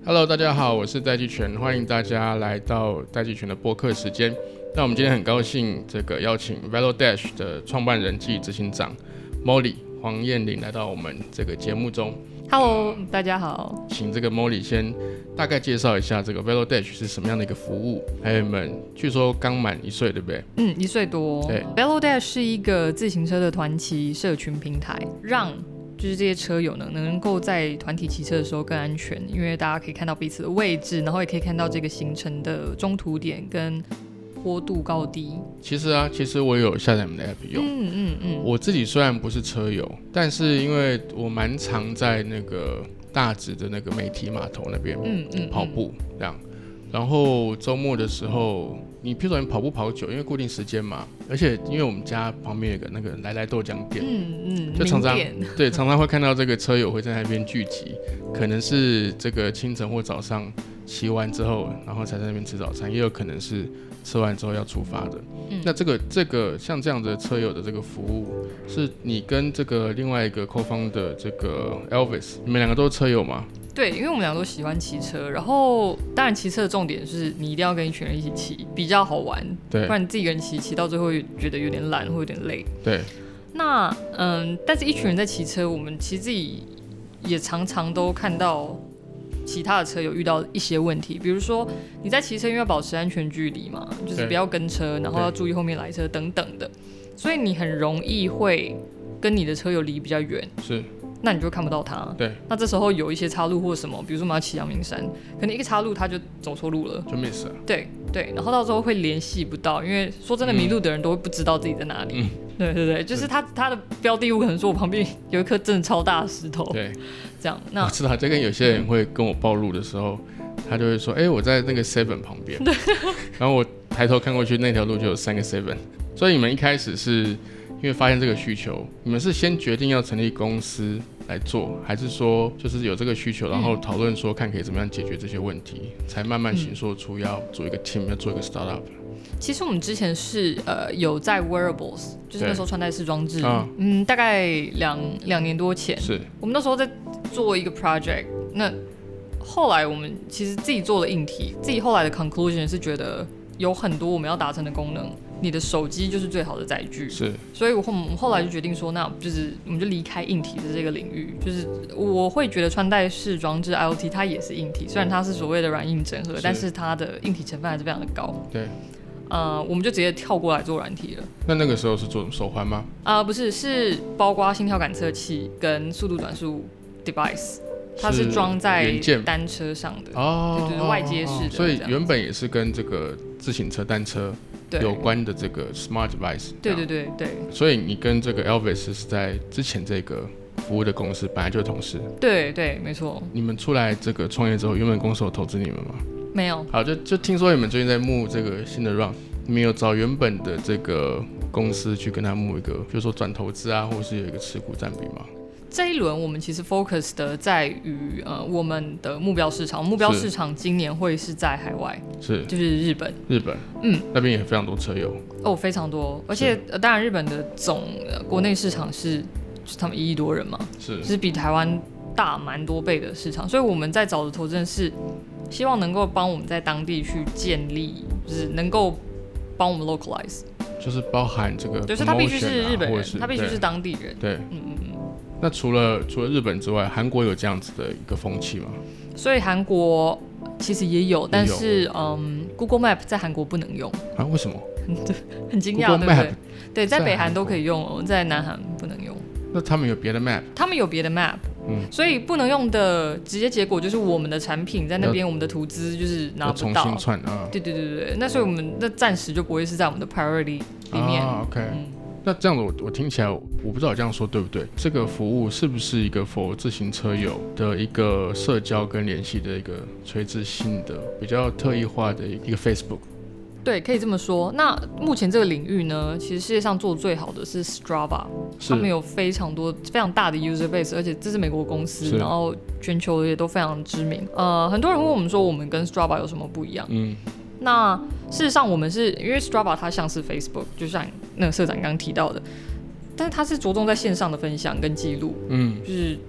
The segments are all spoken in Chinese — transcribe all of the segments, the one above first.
Hello， 大家好，我是戴季全，欢迎大家来到戴季全的播客时间。那我们今天很高兴邀请 VeloDash 的创办人暨执行长 Molly 黄燕玲来到我们这个节目中。 Hello， 大家好。 请这个 Molly 先大概介绍一下这个 VeloDash 是什么样的一个服务，还有你们据说刚满1岁，对不对 ？1岁多。对 ，VeloDash 是一个自行车的团骑社群平台，让就是这些车友呢能够在团体骑车的时候更安全，因为大家可以看到彼此的位置，然后也可以看到这个行程的中途点跟坡度高低。其实我有下载你们的 app 用。我自己虽然不是车友，但是因为我蛮常在那个大直的那个媒体码头那边跑步这样，然后周末的时候，你譬如说你跑步跑久，因为固定时间嘛，而且因为我们家旁边有个那个来来豆浆店，就常常会看到这个车友会在那边聚集，可能是这个清晨或早上骑完之后，然后才在那边吃早餐，也有可能是吃完之后要出发的。那这个像这样的车友的这个服务，是你跟这个另外一个 co-founder 的这个 Elvis， 你们两个都是车友吗？ 对，因为我们俩都喜欢骑车，然后当然骑车的重点是你一定要跟一群人一起骑，比较好玩。对，不然你自己一个人骑到最后会觉得有点懒，会有点累。 对。 那但是一群人在骑车，我们其实自己也常常都看到其他的车友遇到一些问题，比如说你在骑车，因为要保持安全距离嘛，就是不要跟车，然后要注意后面来车等等的，所以你很容易会跟你的车友离比较远。是。那你就看不到他。对。那这时候有一些岔路或什么，比如说我们要骑阳明山，可能一个岔路他就走错路了， 就 miss 了。 对，然后到时候会联系不到，因为说真的，迷路的人都会不知道自己在哪里。对，就是他的标的物可能说我旁边有一颗真的超大的石头。对。这样。那我知道，这跟有些人会跟我报路的时候，他就会说，我在那个 7 旁边。对。然后我抬头看过去，那条路就有3个7。所以你们一开始是因为发现这个需求，你们是先决定要成立公司来做，还是说就是有这个需求，然后讨论说看可以怎么样解决这些问题，才慢慢形塑出要做一个 team， 要做一个 startup？ 其实我们之前是有在 wearables， 就是那时候穿戴式装置，大概两年多前，是我们那时候在做一个 project。那后来我们其实自己做了硬体，自己后来的 conclusion 是觉得有很多我们要达成的功能，你的手机就是最好的载具。是，所以我们后来就决定说，那就是我们就离开硬体的这个领域。就是我会觉得穿戴式装置 IoT 它也是硬体，虽然它是所谓的软硬整合，但是它的硬体成分还是非常的高。对。我们就直接跳过来做软体了。那个时候是做手环吗？ 不是，是包括心跳感测器跟速度转速 device， 它是装在单车上的。对，外接式的。 所以原本也是跟这个自行车、单车有关的这个 smart device。 对。 所以你跟这个 Elvis 是在之前这个服务的公司本来就是同事。 对，没错。 你们出来这个创业之后，原本公司有投资你们吗？ 没有。 好，就听说你们最近在募这个新的 round， 你们有找原本的这个公司去跟他募一个，比如说转投资啊，或是有一个持股占比吗？ 这一轮我们其实 focus 的在于我们的目标市场，目标市场今年会是在海外，就是日本，那边也非常多车友非常多，而且当然日本的总国内市场是他们1亿多人嘛，是比台湾大蛮多倍的市场，所以我们在找的投资人是希望能够帮我们在当地去建立，就是能够帮我们 localize， 就是包含这个， 就是他必须是日本人，他必须是当地人。对， 那除了日本之外，韩国有这样子的一个风气吗？ 所以韩国其实也有，但是Google Map 在韩国不能用啊？为什么？ 很惊讶，对不对？对，在北韩都可以用，在南韩不能用。 那他们有别的 map？ 他们有别的 map。所以不能用的直接结果就是我们的产品在那边，我们的图资就是拿不到， 重新串啊。 对，那所以我们那暂时就不会是在我们的 priority 里面。 OK，那这样子我听起来，我不知道我这样说对不对？这个服务是不是一个 for 自行车友的一个社交跟联系的一个垂直性的、比较特异化的一个 Facebook？ 对，可以这么说。那目前这个领域呢，其实世界上做的最好的是 Strava， 他们有非常多非常大的 user base， 而且这是美国公司，然后全球也都非常知名。很多人问我们说，我们跟 Strava 有什么不一样？那事实上我们是因为 Strava 它像是 Facebook， 就像那个社长刚刚提到的，但是它是着重在线上的分享跟记录，就是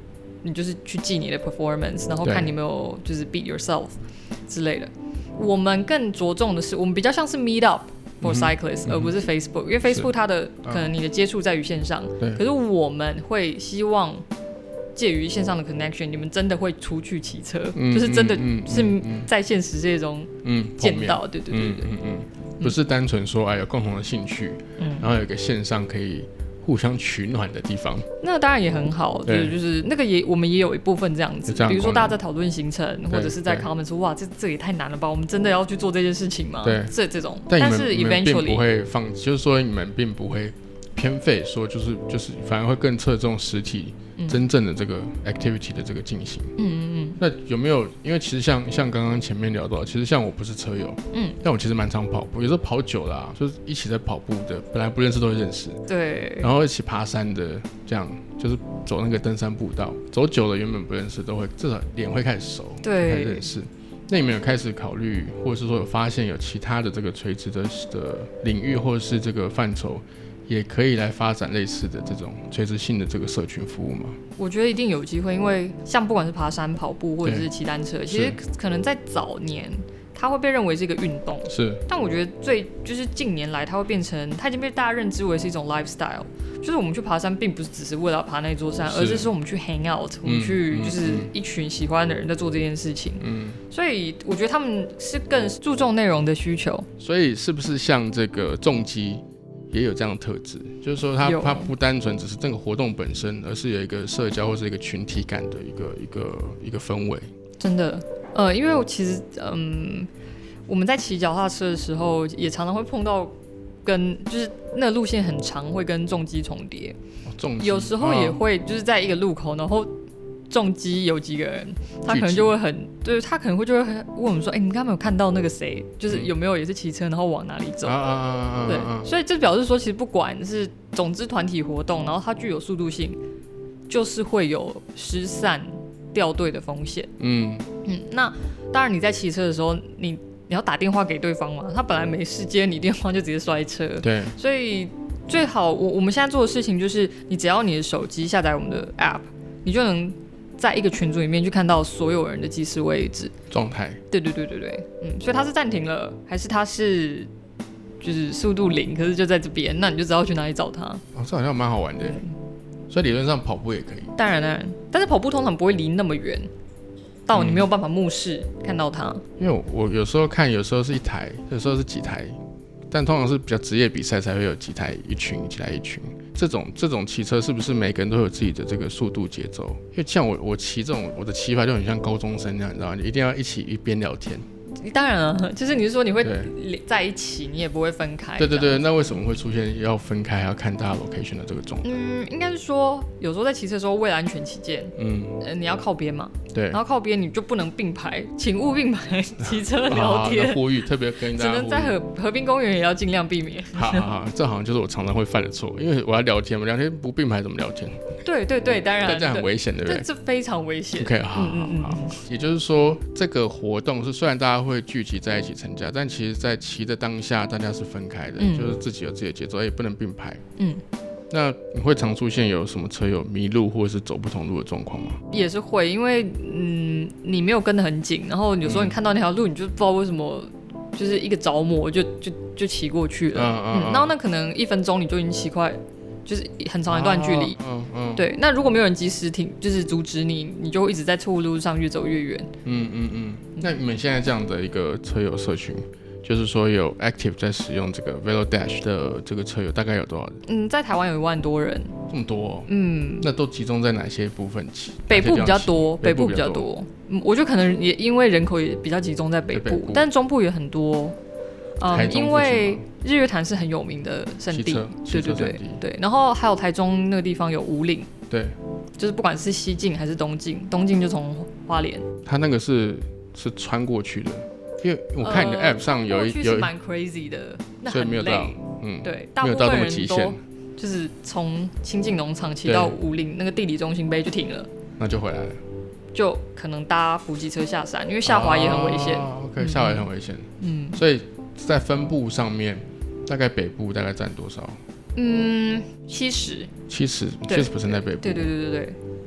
你就是去记你的 performance， 然后看你有没有就是 beat yourself 之类的。我们更着重的是，我们比较像是 meet up for cyclists，而不是 Facebook， 因为 Facebook 它的可能你的接触在于线上，可是我们会希望介于线上的 connection， 你们真的会出去骑车，就是真的是在现实世界中见到，对对对对， 不是单纯说有共同的兴趣，然后有一个线上可以互相取暖的地方， 那当然也很好，就是那个我们也有一部分这样子，比如说大家在讨论行程，或者是在 comment 说哇这也太难了吧，我们真的要去做这件事情吗？对，这种，但是 eventually 你们并不会放弃，就是说你们并不会偏废，说就是反而会更侧重实体真正的这个 activity 的这个进行。那有没有？因为其实像刚刚前面聊到，其实像我不是车友，但我其实蛮常跑步，有时候跑久了就是一起在跑步的，本来不认识都会认识， 对， 然后一起爬山的，这样就是走那个登山步道，走久了原本不认识都会至少脸会开始熟， 对， 开始认识。那你们有开始考虑，或者是说有发现有其他的这个垂直的领域，或者是这个范畴？也可以来发展类似的这种垂直性的这个社群服务吗？ 我觉得一定有机会，因为像不管是爬山、跑步或者是骑单车，其实可能在早年它会被认为是一个运动，但我觉得就是近年来它会变成，它已经被大家认知为是一种 lifestyle， 就是我们去爬山并不是只是为了爬那座山，而是说我们去 hang out，我们去就是一群喜欢的人在做这件事情，所以我觉得他们是更注重内容的需求。所以是不是像这个重机？也有这样的特质，就是说它不单纯只是这个活动本身，而是有一个社交或是一个群体感的一个氛围。 真的，因为其实我们在骑脚踏车的时候，也常常会碰到就是那个路线很长，会跟重机重叠。有时候也会就是在一个路口，然后重机有几个人，他可能就会对他可能就会问我们说，你刚刚有没有看到那个谁，就是有没有也是骑车，然后往哪里走？对，所以这表示说，其实不管是总之团体活动，然后它具有速度性，就是会有失散掉队的风险。那当然你在骑车的时候，你要打电话给对方嘛，他本来没事接你电话就直接摔车。对，所以最好我们现在做的事情就是，你只要你的手机下载我们的 app， 你就能在一个群组里面去看到所有人的即时位置状态。对， 所以它是暂停了，还是它是就是速度0，可是就在这边，那你就知道去哪里找它。 这好像蛮好玩的。所以理论上跑步也可以。 当然，但是跑步通常不会离那么远，到你没有办法目视看到它。 因为我有时候看，有时候是一台，有时候是几台，但通常是比较职业比赛才会有几台一群。这种骑车是不是每个人都有自己的这个速度节奏？因为像我骑这种，我的骑法就很像高中生那样，你知道吗？你一定要一起一边聊天。 当然了，就是你是说你会在一起，你也不会分开。 对，那为什么会出现要分开，还要看大家 location 的这个状况？ 应该是说有时候在骑车的时候，为了安全起见，你要靠边嘛。对，然后靠边你就不能并排，请勿并排骑车聊天。 呼吁，特别跟大家只能在河滨公园也要尽量避免。 好，这好像就是我常常会犯的错，因为我要聊天嘛，聊天不并排怎么聊天？ 对，当然， 但这样很危险，对不对？ 这非常危险。 OK， 好。也就是说，这个活动是虽然大家会聚集在一起参加，但其实在骑的当下，大家是分开的，就是自己有自己的节奏，也不能并排。那你会常出现有什么车友迷路或者是走不同路的状况吗？也是会，因为你没有跟得很紧，然后有时候你看到那条路，你就不知道为什么就是一个着魔就骑过去了。然后那可能1分钟你就已经骑快，就是很长一段距离。对，那如果没有人及时就是阻止你，你就会一直在错误路上越走越远。 那你们现在这样的一个车友社群，就是说有 active 在使用这个 Velodash 的这个车友大概有多少人？ 在台湾有1万多人。 这么多那都集中在哪些部分骑？ 北部比较多，北部比较多。我觉得可能也因为人口也比较集中在北部，但中部也很多。因为日月潭是很有名的圣地，对，然后还有台中那个地方有武岭，对，就是不管是西进还是东进就从花莲， 它那个是穿过去的，因为我看你的 app 上有蛮 crazy 的，那所以没有到， 对，大部分人都就是从清境农场骑到武岭那个地理中心碑就停了， 那就回来了， 就可能搭补给车下山，因为下滑也很危险。 OK， 下滑也很危险，所以在分布上面，大概北部大概占多少？70% 在北部。 对。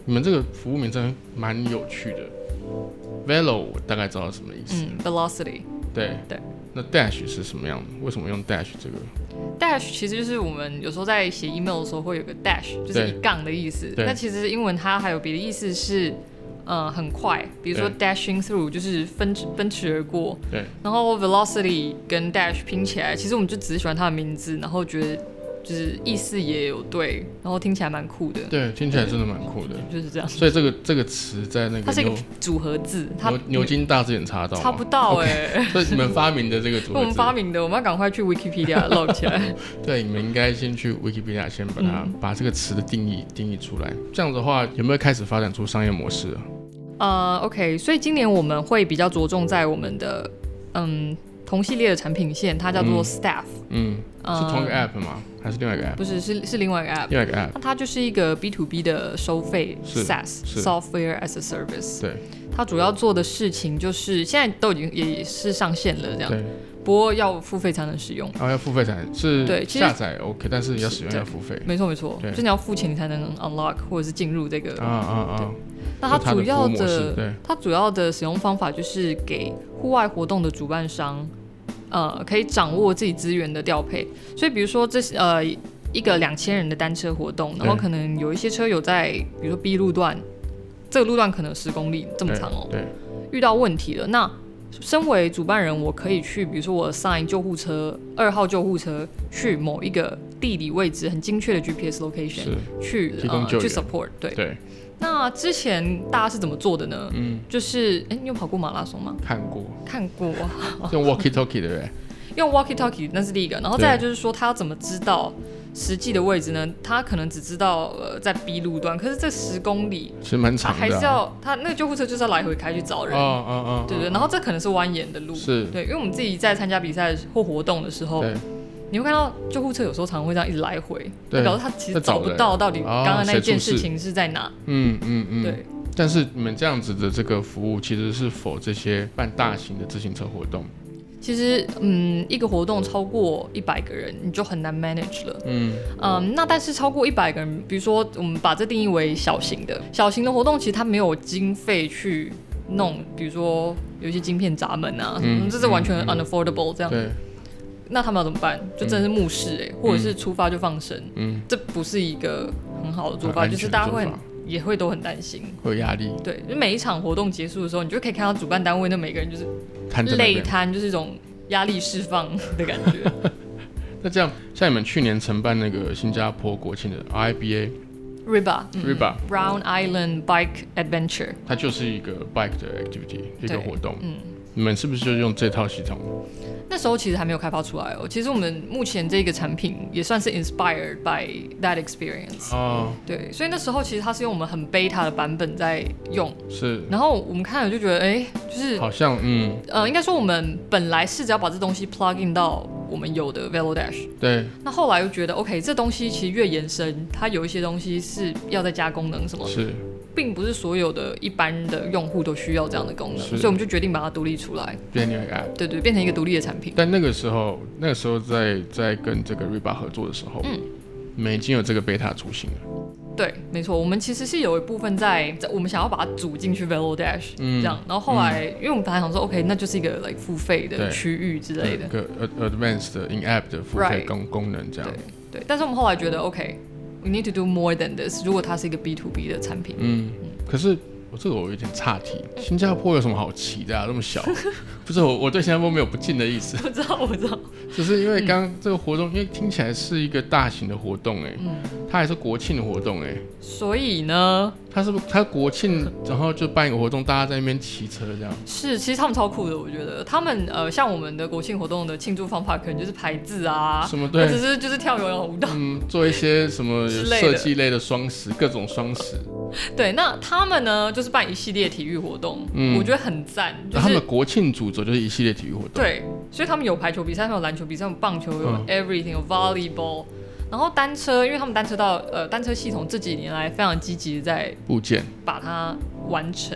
你们这个服务名称蛮有趣的 ，Velo 我大概知道什么意思。 Velocity。 对。那 Dash 是什么样的？为什么用 Dash 这个 ？Dash 其实就是我们有时候在写 email 的时候会有个 dash， 就是一杠的意思。那其实英文它还有别的意思是，很快，比如说 dashing through 就是奔驰而过。 对。 然后 velocity 跟 dash 拼起来，其实我们就只是喜欢它的名字，然后觉得就是意思也有对，然后听起来蛮酷的。 对，听起来真的蛮酷的， 就是这样。 所以这个词在那个它是一个组合字， 牛津大字典查到吗？ 查不到所以你们发明的这个组合字， 我们发明的，我们要赶快去 Wikipedia log 起来。 对，你们应该先去 Wikipedia 先把这个词的定义出来。这样子的话，有没有开始发展出商业模式了？OK， 所以今年我们会比较着重在我们的同系列的产品线，它叫做 Staff。 是同一个 app 吗？还是另外一个 app？ 不是，是另外一个 app。 另外一个 app， 那它就是一个 B2B 的收费 SaaS Software as a Service。 对。 它主要做的事情就是现在都已经也是上线了这样。 对。 不过要付费才能使用。 要付费才能是。对，下载 OK， 但是要使用要付费。 没错，就是你要付钱你才能 unlock 或者是进入这个。那它主要的使用方法就是给户外活动的主办商。可以掌握自己资源的调配，所以比如说这是一个2000人的单车活动，然后可能有一些车友在比如说 B 路段，这个路段可能10公里这么长哦，遇到问题了，那身为主办人，我可以去比如说我 assign 救护车2号救护车去某一个地理位置很精确的 GPS location 去support 对。那之前大家是怎么做的呢？就是你有跑过马拉松吗？ 看过。用 walkie talkie 对不对？ 用 walkie talkie 那是第一个，然后再来就是说他要怎么知道实际的位置呢？他可能只知道在 B 路段，可是这10公里其实蛮长的， 还是要他那个救护车就是要来回开去找人。对。然后这可能是蜿蜒的路，对，因为我们自己在参加比赛或活动的时候。你会看到救护车有时候常会这样一直来回，表示他其实找不到到底刚刚那件事情是在哪。对。 但是你们这样子的这个服务其实是否这些办大型的自行车活动？ 其实一个活动超过100个人你就很难 manage 了。那但是超过100个人，比如说我们把这定义为小型的活动，其实它没有经费去弄，比如说有一些晶片闸门啊，这是完全 unaffordable 这样。 对。 那他们要怎么办？就真的是目视或者是出发就放生。这不是一个很好的做法，就是大家也会都很担心， 会有压力。 对，就每一场活动结束的时候，你就可以看到主办单位那每个人就是累瘫，就是一种压力释放的感觉。 那这样，像你们去年承办那个新加坡国庆的 RIBA Round Island Bike Adventure， 它就是一个 bike 的 activity 一个活动。你们是不是就用这套系统？ 那时候其实还没有开发出来哦。其实我们目前这个产品也算是 inspired by that experience。对，所以那时候其实它是用我们很 beta 的版本在用。 是。 然后我们看了就觉得，就是好像应该说我们本来试着要把这东西 plug in 到我们有的 Velodash。 对。 那后来又觉得 OK， 这东西其实越延伸，它有一些东西是要再加功能什么的。是。并不是所有的一般的用户都需要这样的功能，所以我们就决定把它独立出来， 变成一个 app。 对，变成一个独立的产品。 但那个时候在跟这个 RIBA 合作的时候，你们已经有这个 beta 雏形了。 对，没错，我们其实是有一部分在我们想要把它组进去 Velodash，这样，然后后来，因为我们本来想说 ，OK， 那就是一个付费的区域之类的， 一个 advanced 的 in app 的付费功能这样。 对，但是我们后来觉得 ，OK。We need to do more than this。如果它是一个 B2B 的产品， 可是这个我有点岔题。新加坡有什么好骑的啊？那么小，不是我对新加坡没有不敬的意思。 我知道， 只是因为刚刚这个活动，因为听起来是一个大型的活动，它还是国庆的活动， 所以呢， 它国庆，然后就办一个活动，大家在那边骑车这样。 是，其实他们超酷的，我觉得他们像我们的国庆活动的庆祝方法，可能就是排字啊， 什么对， 或者是就是跳有氧舞蹈， 做一些什么设计类的双十，各种双十。 对，那他们呢，就是办一系列体育活动，我觉得很赞。就是他们国庆主轴就是一系列体育活动， 对，所以他们有排球比赛，有篮球比赛，有棒球，有 everything， 有 volleyball。然后单车，因为他们单车系统这几年来非常积极的在部件把它完成，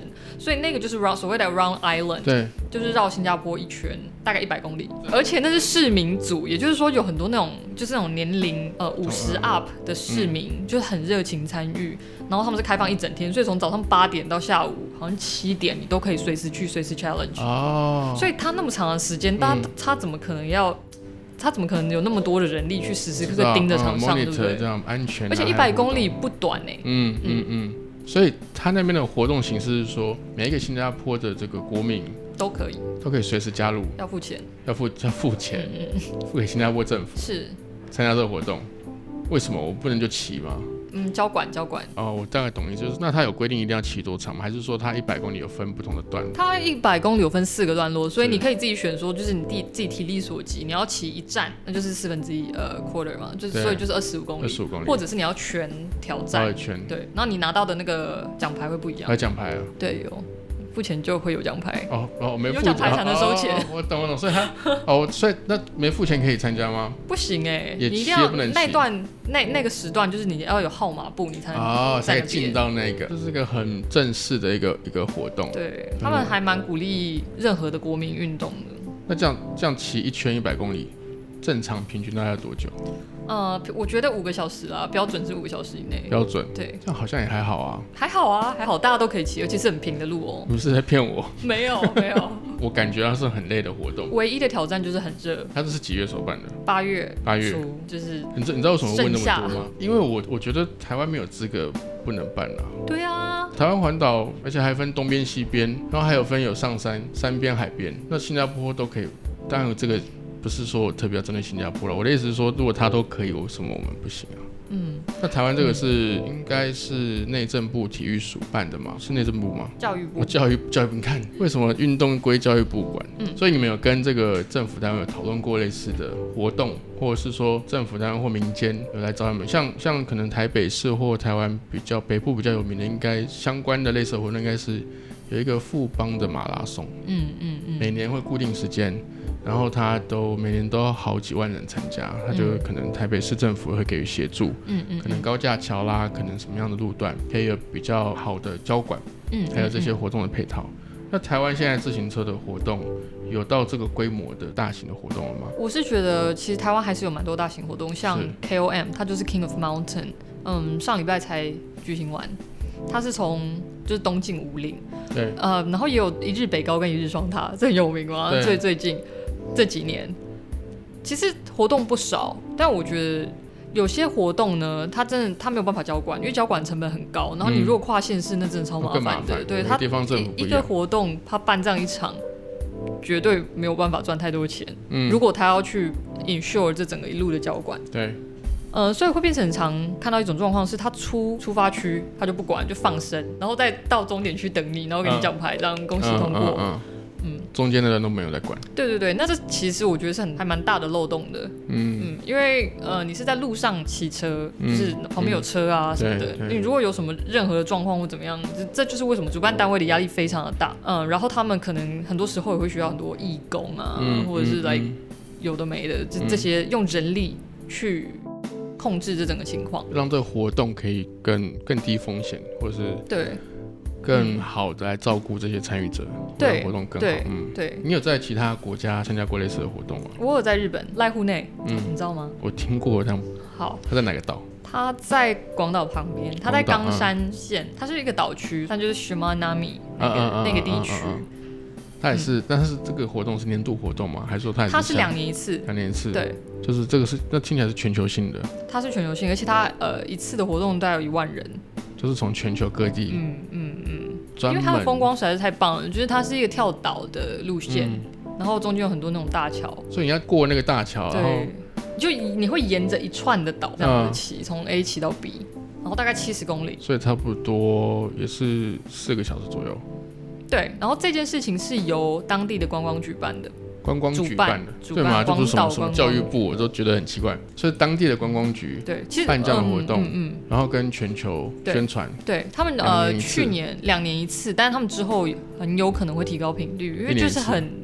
所以那个就是所谓的 Round Island， 对， 就是绕新加坡一圈，大概100公里，而且那是市民组，也就是说有很多那种就是那种年龄50 up 的市民，就是很热情参与，然后他们是开放一整天，所以从早上8点到下午好像7点，你都可以随时去随时 challenge。所以他那么长的时间，他怎么可能有那么多的人力去时时刻刻盯着场上，对不对？ 这样安全， 而且100公里不短呢。 所以他那边的活动形式是说，每一个新加坡的这个国民都可以随时加入， 要付钱， 付给新加坡政府， 是参加这个活动。为什么我不能就骑吗？ 交管。 我大概懂意思，就是那他有规定一定要骑多长吗？还是说他100公里有分不同的段？ 他100公里有分4个段落，所以你可以自己选说，就是你自己体力所及，你要骑1站，那就是1/4 quarter 嘛，所以就是25公里，或者是你要全挑战，对，然后你拿到的那个奖牌会不一样。 还有奖牌啊？ 对，有。付钱就会有奖牌没付有奖牌才能收钱。 我懂，所以所以那没付钱可以参加吗？ 不行你一定要那个时段，就是你要有号码布，你才能才可以进到那个，这是个很正式的一个活动。 对，他们还蛮鼓励任何的国民运动的。 那这样骑一圈100公里，正常平均大概要多久？ 我觉得5个小时啦，标准是5个小时以内。 标准， 对， 这样好像也还好啊。 还好，大家都可以骑，尤其是很平的路哦。 你不是在骗我？ 没有。 我感觉它是很累的活动。 唯一的挑战就是很热。 它这是几月所办的 ？8月初， 就是你知道为什么问那么多吗？因为我觉得台湾没有资格不能办啊。 对啊， 台湾环岛，而且还分东边、西边，然后还有分有上山边、海边，那新加坡都可以。当然有这个。不是说我特别要针对新加坡了，我的意思是说，如果他都可以，为什么我们不行啊？那台湾这个应该是内政部体育署办的吗？是内政部吗？ 教育部。 教育部，你看为什么运动归教育部管？所以你们有跟这个政府单位有讨论过类似的活动，或者是说政府单位或民间有来找他们？像可能台北市或台湾北部比较有名的，应该相关的类似的活动应该是有一个富邦的马拉松，每年会固定时间。然后他每年都好几万人参加，他就可能台北市政府会给予协助，可能高架桥啦，可能什么样的路段可以有比较好的交管，还有这些活动的配套。那台湾现在自行车的活动有到这个规模的大型的活动了吗？ 我是觉得其实台湾还是有蛮多大型活动，像 KOM 它就是 King of Mountain，上礼拜才举行完，它是从就是东进武岭， 对， 然后也有一日北高跟一日双塔，这很有名吗？最近这几年其实活动不少，但我觉得有些活动呢，它没有办法交管，因为交管成本很高，然后你如果跨县市，那真的超麻烦的。对，它地方政府一个活动，它办这样一场，绝对没有办法赚太多钱。如果他要去 ensure 这整个一路的交管， 对。 所以会变成很常看到一种状况是，他出发区他就不管，就放生，然后再到终点区等你，然后给你奖牌，让恭喜通过。 中间的人都没有在管。 对，那这其实我觉得是还蛮大的漏洞的。因为你是在路上骑车，就是旁边有车啊什么的，你如果有什么任何的状况或怎么样，这就是为什么主办单位的压力非常的大。然后他们可能很多时候也会需要很多义工啊，或者是来有的没的这些用人力去控制这整个情况， 让这个活动可以更低风险，或者是对更好的来照顾这些参与者， 对活动更好。 对。 你有在其他国家参加过类似的活动吗？ 我有在日本濑户内，你知道吗？ 我听过，但好， 它在哪个岛？ 它在广岛旁边，它在冈山县，它是一个岛区，它就是 Shimanami 那个地区。 它也是，但是这个活动是年度活动吗？还是说它是2年一次 ？2年一次， 对， 就是这个那听起来是全球性的。 它是全球性，而且它一次的活动大概有1万人， 就是从全球各地， 因为它的风光实在是太棒了，就是它是一个跳岛的路线，然后中间有很多那种大桥， 所以你要过那个大桥，然后你会沿着一串的岛这样子骑，从 A 骑到 B， 然后大概70公里， 所以差不多也是4个小时左右。 对，然后这件事情是由当地的观光举办的， 观光举办的，对吗？就不是什么教育部，我都觉得很奇怪。所以当地的观光局对，其实办这样的活动，然后跟全球宣传。 对他们去年2年一次，但是他们之后很有可能会提高频率，因为就是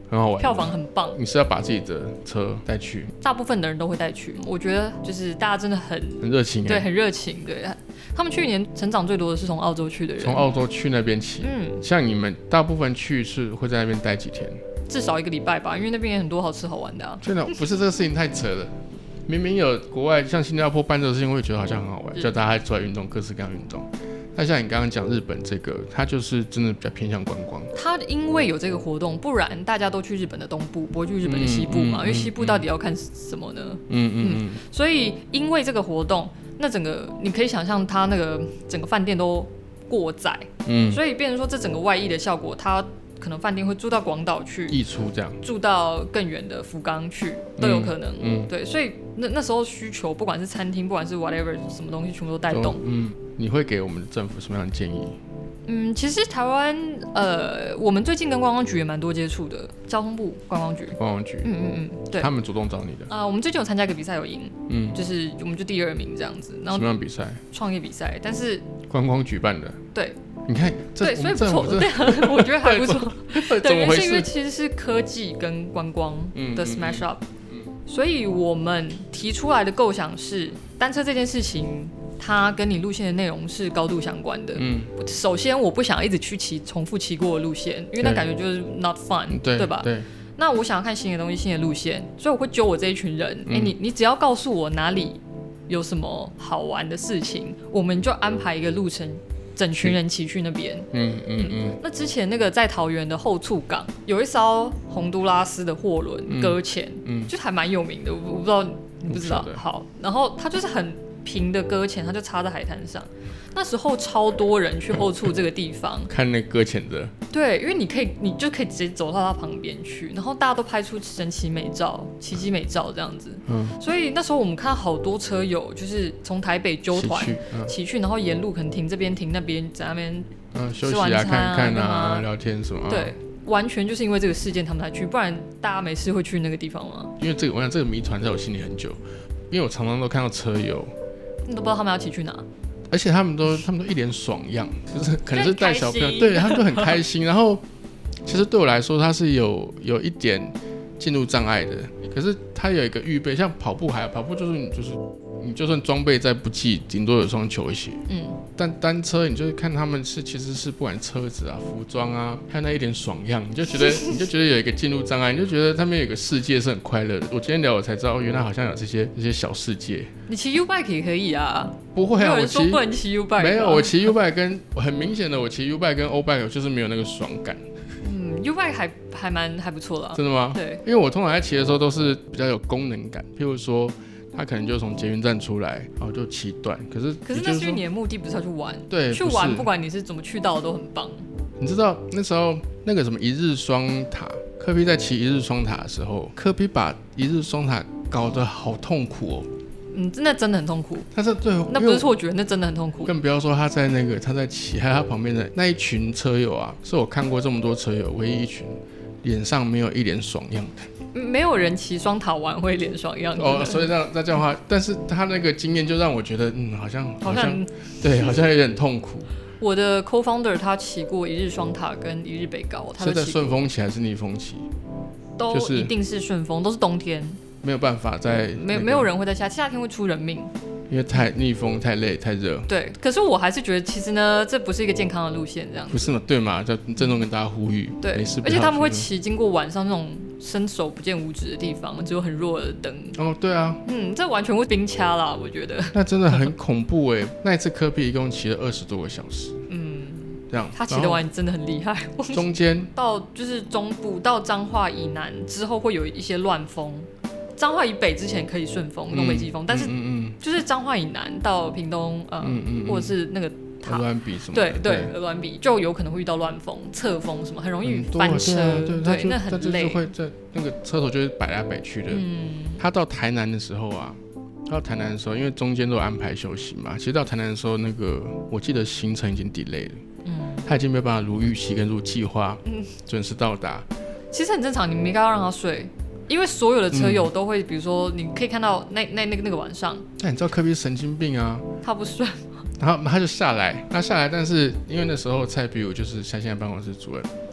很好玩， 票房很棒。 你是要把自己的车带去？ 大部分的人都会带去，我觉得就是大家真的很热情， 对，很热情，对。他们去年成长最多的是从澳洲去的人， 从澳洲去那边骑。像你们大部分去是会在那边待几天？ 至少1个礼拜吧，因为那边也很多好吃好玩的啊。 真的不是这个事情太扯了，明明有国外像新加坡办这个事情，我也觉得好像很好玩，叫大家出来运动，各式各样运动。那像你刚刚讲日本这个，它就是真的比较偏向观光。 它因为有这个活动，不然大家都去日本的东部，不会去日本的西部嘛？因为西部到底要看什么呢？所以因为这个活动，那整个你可以想象，它那个整个饭店都过载，所以变成说这整个外溢的效果，它可能饭店会住到广岛去， 溢出这样， 住到更远的福冈去都有可能。对，所以那时候需求，不管是餐厅，不管是 whatever 什么东西，全部都带动。 你会给我们政府什么样的建议？ 其实台湾我们最近跟观光局也蛮多接触的，交通部观光局。对， 他们主动找你的。 我们最近有参加一个比赛有赢，就是我们就第2名这样子。然后什么样的比赛？ 创业比赛，但是观光举办的。 对。 你看， 对，所以不错，对啊，我觉得还不错。 对， 原因是因为其实是科技跟观光的 smash up，所以我们提出来的构想是，单车这件事情，它跟你路线的内容是高度相关的。首先我不想一直去重复骑过的路线，因为那感觉就是 not fun， 对吧？对。那我想要看新的东西、新的路线，所以我会揪我这一群人。你只要告诉我哪里有什么好玩的事情，我们就安排一个路程。整群人骑去那边。那之前那个在桃园的后厝港有一艘洪都拉斯的货轮搁浅，就还蛮有名的，我不知道你不知道。好，然后它就是很平的搁浅，它就插在海滩上。那时候超多人去后厝这个地方看那搁浅的。对， 因为你就可以直接走到它旁边去，然后大家都拍出神奇美照、奇迹美照这样子。所以那时候我们看到好多车友就是从台北揪团骑去，然后沿路可能停这边停那边，在那边休息啊、看看啊、聊天什么。 对，完全就是因为这个事件他们才去，不然大家没事会去那个地方吗？ 因为我想这个谜团在我心里很久，因为我常常都看到车友， 你都不知道他们要骑去哪。 而且他们都一脸爽样，就是可能是带小朋友，对，他们就很开心。然后其实对我来说，他是有一点进入障碍的，可是他有一个预备，像跑步跑步就是你就算装备再不济，顶多有双球鞋。但单车你就看他们其实是不管车子啊、服装啊，看那一点爽样，你就觉得有一个进入障碍，你就觉得他们有一个世界是很快乐的。我今天聊我才知道，原来好像有这些小世界。你骑 U-bike 也可以啊。 不会啊， 有人说不能骑 U-bike。 没有，我骑 U-bike 跟很明显的，我骑 U-bike 跟 O-bike 就是没有那个爽感。 U-bike 还不错啦。 真的吗？ 对， 因为我通常在骑的时候都是比较有功能感，譬如说。他可能就从捷运站出来，然后就骑断。可是那是因为你的目的不是要去玩， 对， 去玩不管你是怎么去到的都很棒。 你知道那时候那个什么一日双塔，柯 P 在骑一日双塔的时候，柯 P 把一日双塔搞得好痛苦哦。 那真的很痛苦。 但是对， 那不是错觉，那真的很痛苦。 更不要说他在骑，还有他旁边的那一群车友啊，是我看过这么多车友唯一一群脸上没有一脸爽样的。 没有人骑双塔玩会脸爽样的所以这样的话，但是他那个经验就让我觉得，好像对，好像有点痛苦。 我的 co-founder 他骑过一日双塔跟一日北高，他是在顺风骑还是逆风骑？ 都一定是顺风，都是冬天， 没有办法在没有人会在夏天会出人命。 因为太逆风、太累、太热。 对，可是我还是觉得，其实呢，这不是一个健康的路线，这样不是嘛？对嘛？就郑重跟大家呼吁， 对，而且他们会骑经过晚上那种伸手不见五指的地方，只有很弱的灯。 对啊， 这完全会冰掐啦，我觉得。 那真的很恐怖哎！那一次柯 P 一共骑了20多个小时。这样。 他骑得完真的很厉害。 中间到就是中部到彰化以南之后会有一些乱风。彰化以北之前可以顺风东北季风，但是就是彰化以南到屏东或者是那个鹅銮鼻什么的， 对鹅銮鼻就有可能会遇到乱风、侧风什么，很容易翻车，对，那很累。 就会在那个车头就会摆来摆去的。他到台南的时候啊，因为中间都有安排休息嘛，其实到台南的时候，那个我记得行程已经 delay 了，他已经没有办法如预期跟如计划准时到达。 其实很正常，你们应该要让他睡。因为所有的车友都会，比如说，你可以看到那个晚上。 那你知道柯 P 神经病啊？ 他不顺， 然后他就下来，但是因为那时候蔡比如就是现在办公室主任，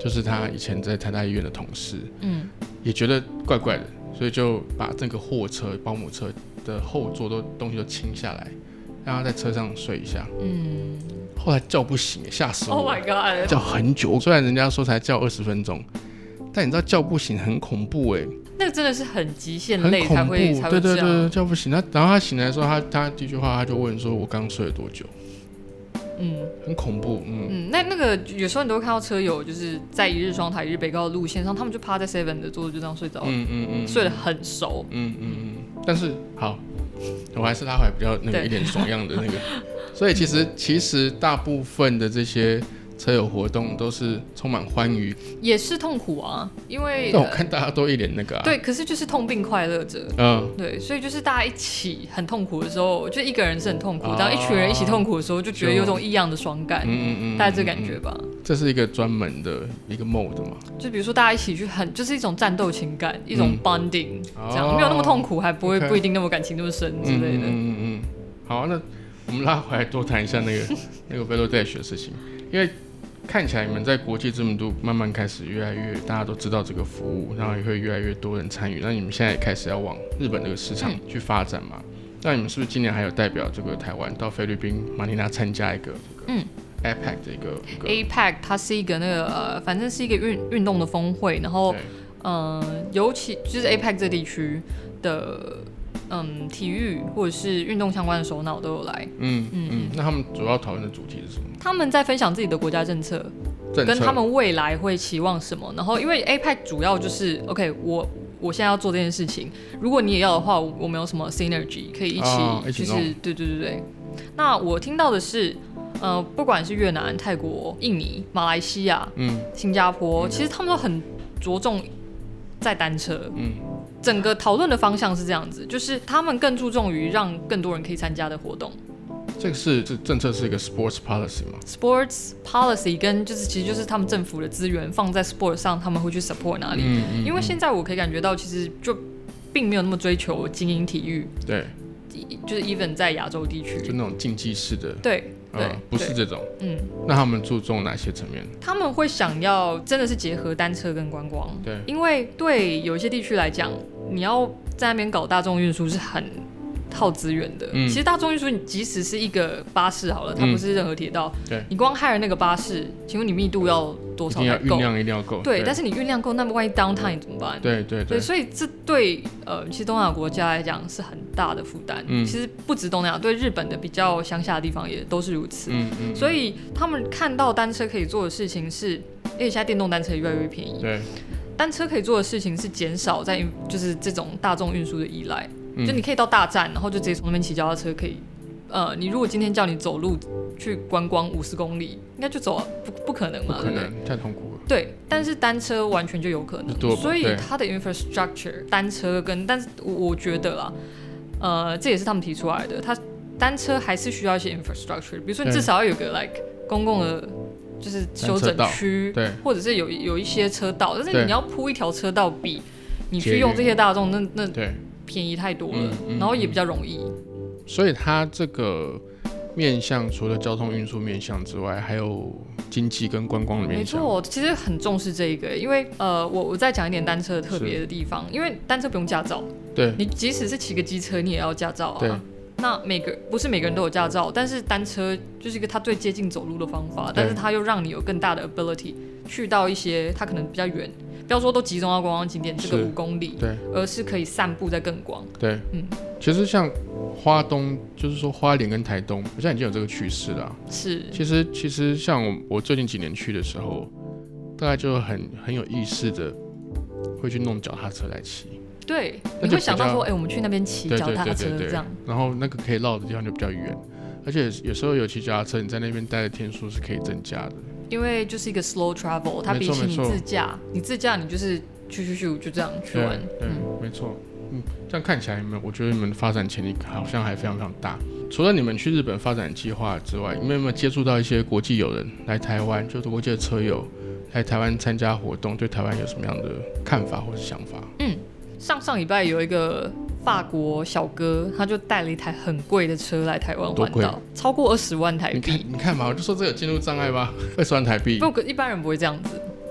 就是他以前在台大医院的同事，也觉得怪怪的，所以就把这个货车保姆车的后座东西都清下来，让他在车上睡一下。后来叫不醒，吓死我 ！Oh my god！ 叫很久，虽然人家说才叫20分钟，但你知道叫不醒很恐怖哎。 那个真的是很极限累才会对对对，叫不醒。然后他醒来的时候，他第一句话他就问说：“我刚睡了多久？”很恐怖。 那个有时候你都会看到车友就是在一日双塔、一日北高的路线上，他们就趴在 7 的座位就这样睡着了，睡得很熟。 但是好，我还是拉回来比较那个一点爽样的那个。所以其实大部分的这些车友活动都是充满欢愉，也是痛苦啊，因为但我看大家都一脸那个对，可是就是痛并快乐着，对，所以就是大家一起很痛苦的时候，就一个人是很痛苦，当一群人一起痛苦的时候，就觉得有种异样的爽感，大概这感觉吧。 这是一个专门的一个 mode 嘛， 就比如说大家一起去就是一种战斗情感，一种 bonding，这样没有那么痛苦，还不一定那么感情那么深之类的。 好，那我们拉回来多谈一下那个 Velodash 的事情，因为看起来你们在国际知名度慢慢开始越来越，大家都知道这个服务，然后也会越来越多人参与。那你们现在也开始要往日本这个市场去发展嘛？那你们是不是今年还有代表这个台湾到菲律宾马尼拉参加一个这个APEC 的一个 APEC， 它是一个那个反正是一个运动的峰会，然后尤其就是 APEC 这地区的体育或者是运动相关的首脑都有来。 那他们主要讨论的主题是什么？ 他们在分享自己的国家政策跟他们未来会期望什么。然后因为 APEC 主要就是 OK， 我现在要做这件事情，如果你也要的话，我们有什么 synergy 可以一起就是对。那我听到的是不管是越南、泰国、印尼、马来西亚、新加坡，其实他们都很着重在单车。整个讨论的方向是这样子，就是他们更注重于让更多人可以参加的活动。 这政策是一个 sports policy 吗 ？sports policy 跟其实就是他们政府的资源放在 sports 上，他们会去 support 哪里？因为现在我可以感觉到，其实就并没有那么追求精英体育。 对， 就是 even 在亚洲地区， 就那种竞技式的。 对。 不是这种。那他们注重哪些层面？ 他们会想要真的是结合单车跟观光。 对， 因为对有一些地区来讲，你要在那边搞大众运输是很耗资源的。其实大众运输，你即使是一个巴士好了，它不是任何铁道，你光hire那个巴士，请问你密度要多少才够？ 运量一定要够。 对，但是你运量够，那么万一 downtime 怎么办？ 对， 所以这对其实东南亚国家来讲是很大的负担。其实不止东南亚，对日本的比较乡下的地方也都是如此。所以他们看到单车可以做的事情是，而且现在电动单车也越来越便宜。 对， 单车可以做的事情是减少在就是这种大众运输的依赖。就你可以到大站，然后就直接从那边骑脚踏车可以。你如果今天叫你走路去观光50公里，应该就走不可能嘛？ 不可能，太痛苦了。 对，但是单车完全就有可能。所以它的 infrastructure 单车但是我觉得啦，这也是他们提出来的。它单车还是需要一些 infrastructure， 比如说你至少要有个 like 公共的，就是休整区，或者是有一些车道，但是你要铺一条车道比你去用这些大众那便宜太多了，然后也比较容易。 所以它这个面向除了交通运输面向之外，还有经济跟观光的面向。 没错，其实很重视这一个，因为我再讲一点单车的特别的地方，因为单车不用驾照， 对， 你即使是骑个机车，你也要驾照啊。那不是每个人都有驾照，但是单车就是一个它最接近走路的方法，但是它又让你有更大的 ability 去到一些它可能比较远，不要说都集中到观光景点这个5公里， 对， 而是可以散步在更广。 对，其实像花东，就是说花莲跟台东，好像已经有这个趋势了。 是， 其实像我最近几年去的时候，大概就很有意识的会去弄脚踏车来骑。 对，你会想到说，我们去那边骑脚踏车这样， 然后那个可以绕的地方就比较远，而且有时候有骑脚踏车，你在那边待的天数是可以增加的。 因为就是一个 slow travel， 它比起你自驾，你就是去就这样去玩。 对，没错。这样看起来我觉得你们的发展潜力好像还非常非常大。除了你们去日本发展计划之外，你们有没有接触到一些国际友人来台湾，就是国际的车友来台湾参加活动，对台湾有什么样的看法或是想法？ 上礼拜有一个法国小哥，他就带了一台很贵的车来台湾环岛，超过20万台币。 你看嘛，我就说这有进入障碍吧，20万台币。 不，一般人不会这样子。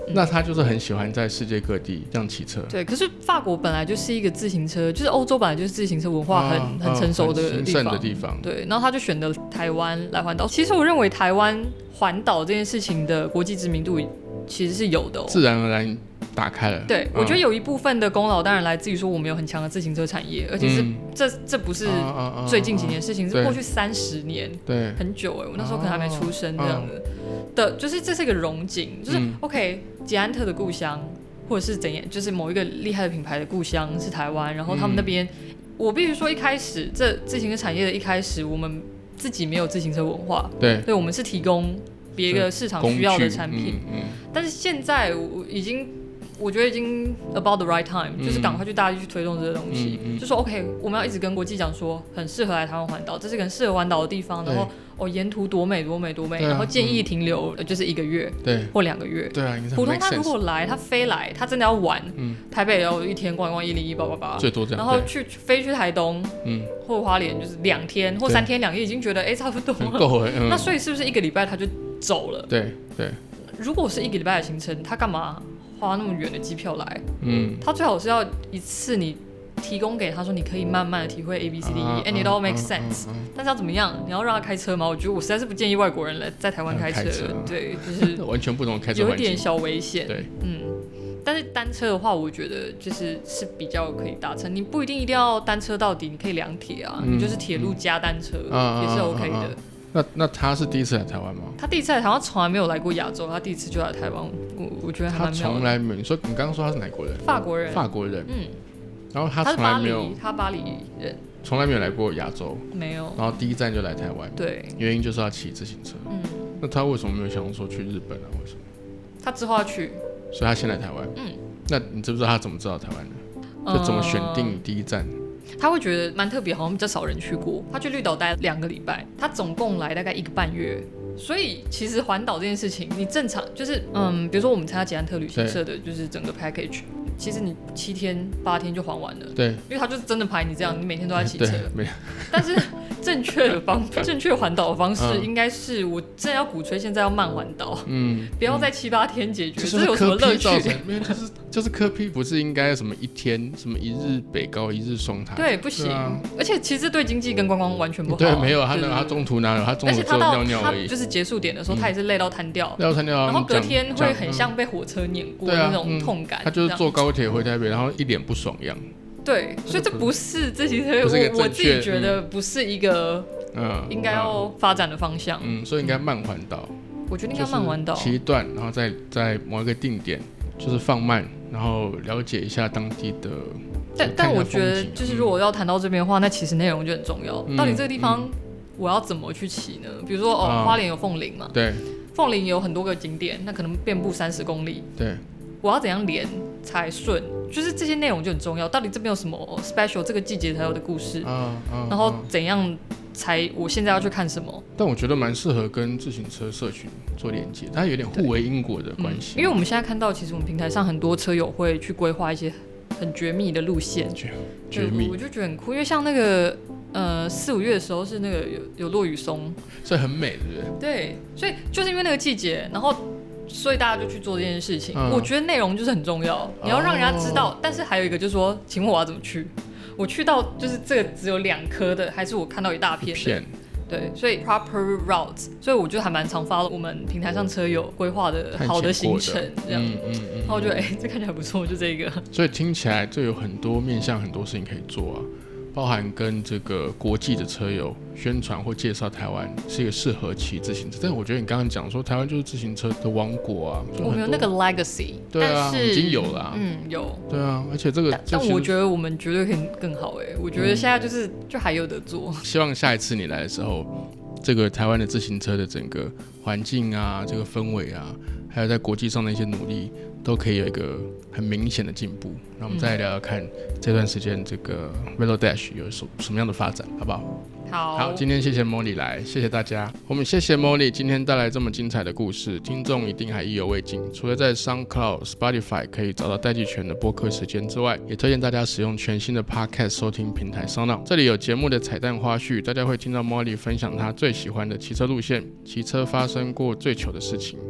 那他就是很喜欢在世界各地这样骑车。 对，可是法国本来就是一个自行车，就是欧洲本来就是自行车文化很成熟的地方。对，然后他就选择台湾来环岛。其实我认为台湾环岛这件事情的国际知名度其实是有的自然而然打开了。 对，我觉得有一部分的功劳当然来自于说我们有很强的自行车产业，而且是这不是最近几年的事情，是过去30年， 对， 很久我那时候可能还没出生这样的，就是这是一个荣景，就是 OK， 捷安特的故乡，或者是怎样，就是某一个厉害的品牌的故乡是台湾，然后他们那边，我必须说一开始这自行车产业的一开始，我们自己没有自行车文化，对，我们是提供别个市场需要的产品，但是现在我觉得已经 about the right time，就是赶快大家去推动这个东西，就说 OK， 我们要一直跟国际讲说很适合来台湾环岛，这是个很适合环岛的地方，然后沿途多美多美多美，然后建议停留就是1个月，对，或2个月， 对啊， 普通他如果来，他飞来，他真的要玩，台北要1天逛一逛1018888， 最多这样， 然后飞去台东，或花莲就是2天或3天2夜，已经觉得差不多了， 够了， 那所以是不是1个礼拜他就走了？ 对， 如果是1个礼拜的行程，他干嘛花那么远的机票来？他最好是要一次你提供给他说，你可以慢慢的体会 ABCDE，and it all makes sense。但是要怎么样？你要让他开车吗？我觉得我实在是不建议外国人来在台湾开车，对，就是完全不同的开车环境， 有一点小危险。 对， 但是单车的话，我觉得是比较可以达成。你不一定要单车到底，你可以2铁啊，你就是铁路加单车也是 OK 的。 那他是第一次来台湾吗？ 他第一次来台湾，从来没有来过亚洲，他第一次就来台湾，我觉得还蛮妙的。 他从来没有，你刚刚说他是哪国人？ 法国人。 然后他从来没有， 他巴黎人， 从来没有来过亚洲， 没有。然后第一站就来台湾， 对， 原因就是要骑自行车。那他为什么没有想说去日本啊？为什么？ 他之后要去， 所以他先来台湾。那你知不知道他怎么知道台湾的？就怎么选定第一站？ 他会觉得蛮特别，好像比较少人去过。他去绿岛待2个礼拜，他总共来大概1个半月。所以其实环岛这件事情，你正常就是比如说我们参加捷安特旅行社的，就是整个 package， 其实你7天8天就还完了。对，因为他就是真的排你这样，你每天都在骑车。但是正确环岛的方式，应该是我真的要鼓吹，现在要慢环岛，不要在7、8天解决，这有什么乐趣？ 没有，就是科批不是应该什么1天什么1日北高1日双塔？ 对，不行。而且其实对经济跟观光完全不好。 对，没有他中途哪有？他中途只有尿尿而已。 就是结束点的时候，他也是累到瘫掉，然后隔天会很像被火车碾过的那种痛感。 他就是坐高铁回台北，然后一脸不爽样。 对，所以这不是自行车，我自己觉得不是一个应该要发展的方向。 所以应该慢环岛。 我觉得应该慢环岛， 骑一段，然后在某一个定点就是放慢，然后了解一下当地的。 但我觉得就是如果要谈到这边的话，那其实内容就很重要。到底这个地方我要怎么去骑呢？比如说花莲有凤林嘛，对，凤林有很多个景点，那可能遍布30公里，对，我要怎样连才顺？就是这些内容就很重要。到底这边有什么 special 这个季节才有的故事？然后怎样才我现在要去看什么？ 但我觉得蛮适合跟自行车社群做连接，它有点互为因果的关系。 因为我们现在看到，其实我们平台上很多车友会去规划一些很绝密的路线，绝密，我就觉得很酷。因为像那个4、5月的时候是那个有落雨松， 所以很美，对不对？ 对，所以就是因为那个季节，然后所以大家就去做这件事情。我觉得内容就是很重要，你要让人家知道。但是还有一个就是说，请问我要怎么去？我去到就是这个只有2颗的，还是我看到一大片的？对，所以 proper routes， 所以我就还蛮常发我们平台上车友规划的好的行程这样。然后我觉得这看起来不错，就这个。 所以听起来就有很多面向，很多事情可以做啊。包含跟这个国际的车友宣传或介绍台湾是一个适合骑自行车，但是我觉得你刚刚讲说台湾就是自行车的王国啊， 我们有那个 legacy， 对啊，但是已经有了啊， 有， 对啊，而且这个， 但我觉得我们绝对可以更好我觉得现在就还有得做。 希望下一次你来的时候，这个台湾的自行车的整个环境啊，这个氛围啊，还有在国际上的一些努力，都可以有一个很明显的进步。那我们再来聊聊看这段时间这个 Velodash 有什么样的发展，好不好？好，今天谢谢 Molly 来，谢谢大家。我们谢谢 Molly 今天带来这么精彩的故事，听众一定还意犹未尽。除了在 SoundCloud、Spotify 可以找到戴季全的播客时间之外，也推荐大家使用全新的 Podcast 收听平台 SoundOn。这里有节目的彩蛋花絮，大家会听到 Molly 分享她最喜欢的骑车路线，骑车发生过最糗的事情。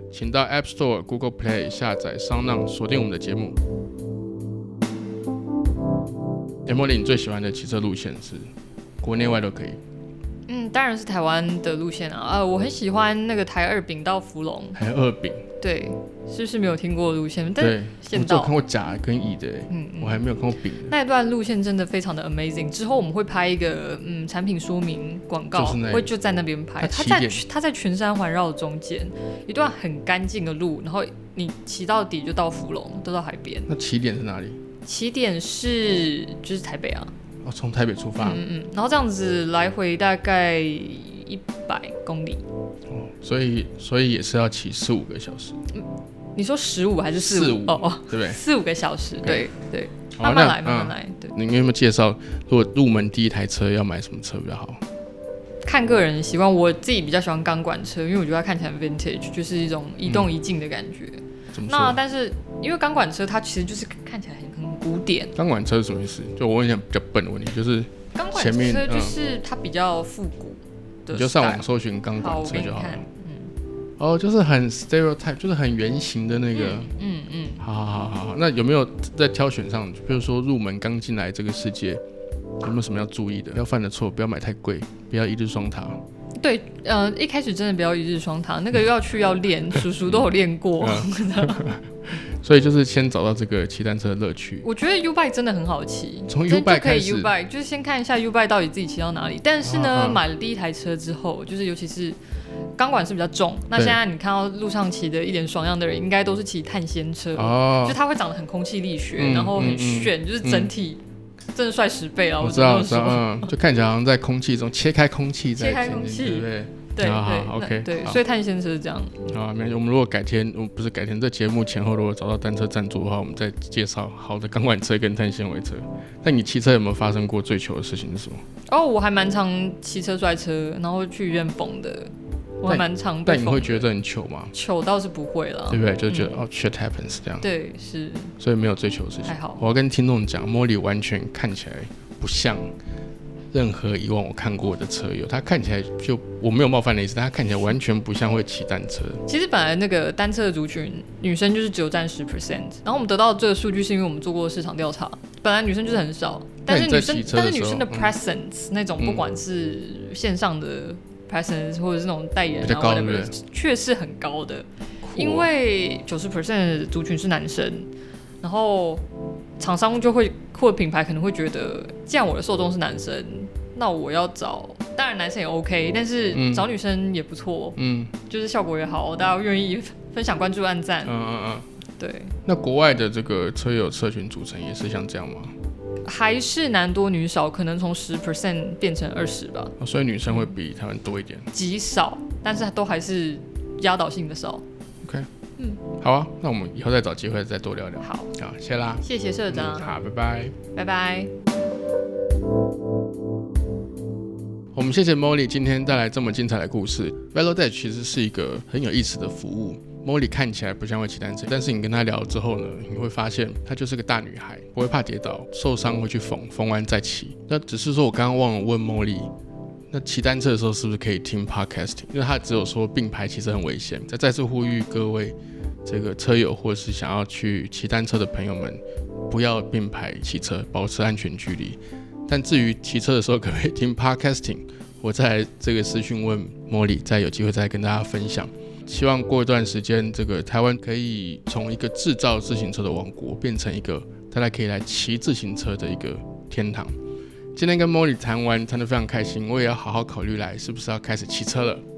请到 App Store、Google Play 下载 SoundOn， 锁定我们的节目。Molly， 你最喜欢的骑车路线是国内外都可以？ 当然是台湾的路线啊。我很喜欢那个台二丙到福隆。 台二丙？对， 是不是没有听过的路线？ 对，我只有看过甲跟乙的，我还没有看过丙的。 那一段路线真的非常的 amazing。之后我们会拍一个产品说明广告，会就在那边拍。它在群山环绕中间，一段很干净的路，然后你骑到底就到福隆，都到海边。 那起点是哪里？ 起点就是台北啊。 从台北出发， 然后这样子来回大概100公里。 所以也是要骑4-5个小时。 你说15还是4-5？ 对不对 ？4-5个小时，对，慢慢来。对， 你有没有介绍，如果入门第一台车要买什么车比较好？ 看个人习惯，我自己比较喜欢钢管车，因为我觉得它看起来很 vintage， 就是一种一动一静的感觉。那但是因为钢管车它其实就是看起来很古典。钢管车是什么意思？就我问一下比较笨的问题，就是钢管车就是它比较复古的， 你就上网搜寻钢管车就好了。就是很 stereotype， 就是很圆形的那个。好。那有没有在挑选上，比如说入门刚进来这个世界，有没有什么要注意的？不要犯的错，不要买太贵，不要一日双塔。 对，一开始真的不要一日双塔，那个要练，叔叔都有练过。 所以就是先找到这个骑单车的乐趣。 我觉得 U-Bike 真的很好骑， 从 U-Bike 开始， U-Bike 就是先看一下 U-Bike 到底自己骑到哪里。但是呢，买了第一台车之后，就是尤其是钢管是比较重，那现在你看到路上骑的一点爽样的人，应该都是骑碳纤车，就它会长得很空气力学，然后很炫，就是整体真的帅10倍了。 我知道，就看起来好像在空气中切开空气，对不对？ 对 ，OK， 对，所以碳纤车是这样。 好，没关系。我们如果改天，不是改天，这节目前后如果找到单车赞助的话，我们再介绍好的钢管车跟碳纤维车。那你骑车有没有发生过最糗的事情是什么？ 我还蛮常骑车摔车，然后去医院缝的。我还蛮常被缝的。 但你会觉得很糗吗？ 糗倒是不会啦， 对不对？就觉得shit happens 这样。 对，是。 所以没有最糗的事情。 还好。 我要跟听众讲，Molly 完全看起来不像任何以往我看过的车友，他看起来就，我没有冒犯的意思，但他看起来完全不像会骑单车。 其实本来那个单车的族群，女生就是只有占10%，然后我们得到这个数据是因为我们做过市场调查，本来女生就是很少，但是女生的 presence 那种不管是线上的 presence 或者是那种代言啊，确实很高的，因为90% 的族群是男生，然后厂商就会或者品牌可能会觉得，既然我的受众是男生，那我要找，当然男生也 OK， 但是找女生也不错，就是效果也好，大家愿意分享、关注、按赞，对。那国外的这个车友社群组成也是像这样吗？ 还是男多女少，可能从10% 变成20%吧。 所以女生会比他们多一点， 极少，但是都还是压倒性的少。 OK。好啊，那我们以后再找机会再多聊聊。 好， 谢啦， 谢谢社长。 好，拜拜， 拜拜。 我们谢谢 Molly 今天带来这么精彩的故事。Velodash 其实是一个很有意思的服务。Molly 看起来不像会骑单车，但是你跟她聊之后呢，你会发现她就是个大女孩，不会怕跌倒，受伤会去缝，缝完再骑。那只是说我刚刚忘了问 Molly。那骑单车的时候是不是可以听 podcasting？ 因为他只有说并排骑车很危险。再次呼吁各位这个车友或是想要去骑单车的朋友们，不要并排骑车，保持安全距离。但至于骑车的时候可不可以听 podcasting， 我再来这个私讯问 Molly， 再有机会再跟大家分享。希望过一段时间，这个台湾可以从一个制造自行车的王国，变成一个大家可以来骑自行车的一个天堂。今天跟 Molly 谈得非常开心，我也要好好考虑来是不是要开始骑车了。